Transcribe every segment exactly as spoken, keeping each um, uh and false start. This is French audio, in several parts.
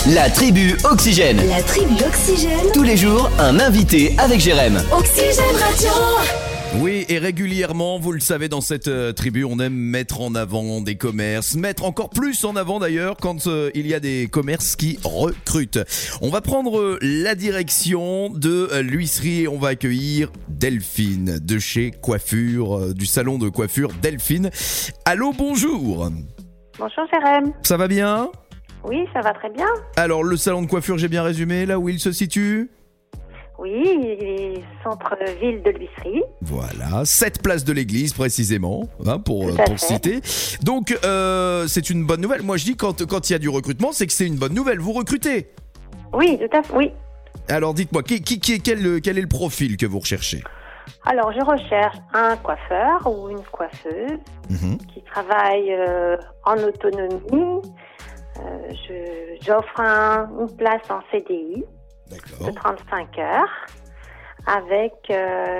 La tribu Oxygène. La tribu Oxygène. Tous les jours, un invité avec Jérém. Oxygène Radio. Oui, et régulièrement, vous le savez, dans cette euh, tribu, on aime mettre en avant des commerces, mettre encore plus en avant d'ailleurs quand euh, il y a des commerces qui recrutent. On va prendre euh, la direction de euh, l'huisserie et on va accueillir Delphine de chez Coiffure, euh, du salon de coiffure Delphine. Allô, bonjour. Bonjour Jérém. Ça va bien ? Oui, ça va très bien. Alors, le salon de coiffure, j'ai bien résumé, là où il se situe ? Oui, il est centre-ville de l'huisserie. Voilà, sept places de l'église précisément, hein, pour, Tout à pour fait. citer. Donc, euh, c'est une bonne nouvelle. Moi, je dis quand quand il y a du recrutement, c'est que c'est une bonne nouvelle. Vous recrutez. Oui, tout à fait, oui. Alors, dites-moi, qui, qui, qui, quel, quel est le profil que vous recherchez ? Alors, je recherche un coiffeur ou une coiffeuse Mhm. qui travaille euh, en autonomie. Euh, je, j'offre un, une place en C D I de D'accord. trente-cinq heures avec euh,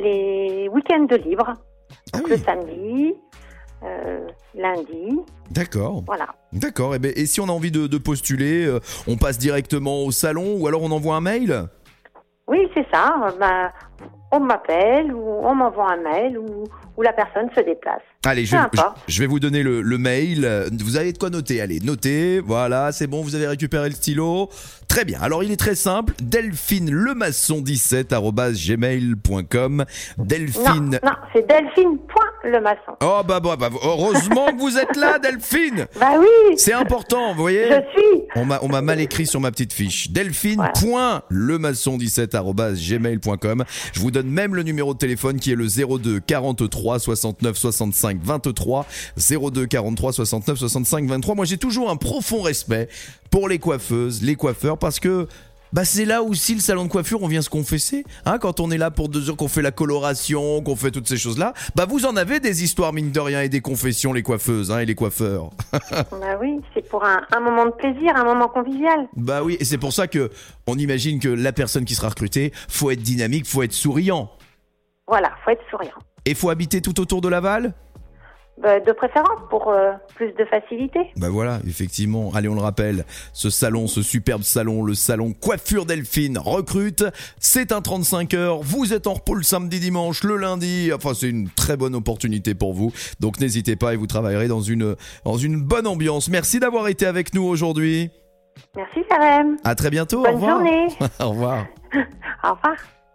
les week-ends de libre. Ah Donc oui. le samedi, euh, lundi, D'accord. voilà. D'accord. Et, ben, et si on a envie de, de postuler, euh, on passe directement au salon ou alors on envoie un mail ? Oui, c'est ça. Euh, ben, on m'appelle ou on m'envoie un mail ou, ou la personne se déplace. Allez, je, Peu je, importe. je vais vous donner le, le mail. Vous avez de quoi noter. Allez, notez. Voilà, c'est bon, vous avez récupéré le stylo. Très bien. Alors, il est très simple. delphine lemasson dix-sept arobase gmail point com. Delphine... Non, non, c'est Delphine point le maçon. Oh, bah, bah, bah, heureusement que vous êtes là, Delphine. Bah oui, C'est important, vous voyez. je suis. On m'a, on m'a mal écrit sur ma petite fiche. delphine.lemasson dix-sept arobase gmail point com. Je vous donne même le numéro de téléphone qui est le zéro deux quarante-trois soixante-neuf soixante-cinq vingt-trois. zéro deux quarante-trois soixante-neuf soixante-cinq vingt-trois. Moi, j'ai toujours un profond respect pour les coiffeuses, les coiffeurs, parce que bah c'est là aussi le salon de coiffure, on vient se confesser, hein, quand on est là pour deux heures, qu'on fait la coloration, qu'on fait toutes ces choses-là, bah vous en avez des histoires mine de rien et des confessions, les coiffeuses, hein, et les coiffeurs. Bah oui, c'est pour un, un moment de plaisir, un moment convivial. Bah oui, et c'est pour ça que on imagine que la personne qui sera recrutée, faut être dynamique, faut être souriant, Voilà, faut être souriant. et faut habiter tout autour de Laval. Bah, de préférence pour euh, plus de facilité. Bah voilà, effectivement. Allez, on le rappelle, ce salon, ce superbe salon, le salon Coiffure Delphine recrute. C'est un trente-cinq heures. Vous êtes en repos le samedi, dimanche, le lundi. Enfin, c'est une très bonne opportunité pour vous. Donc, n'hésitez pas et vous travaillerez dans une, dans une bonne ambiance. Merci d'avoir été avec nous aujourd'hui. Merci Jérém. À très bientôt. Bonne Au revoir. journée. Au revoir. Au revoir.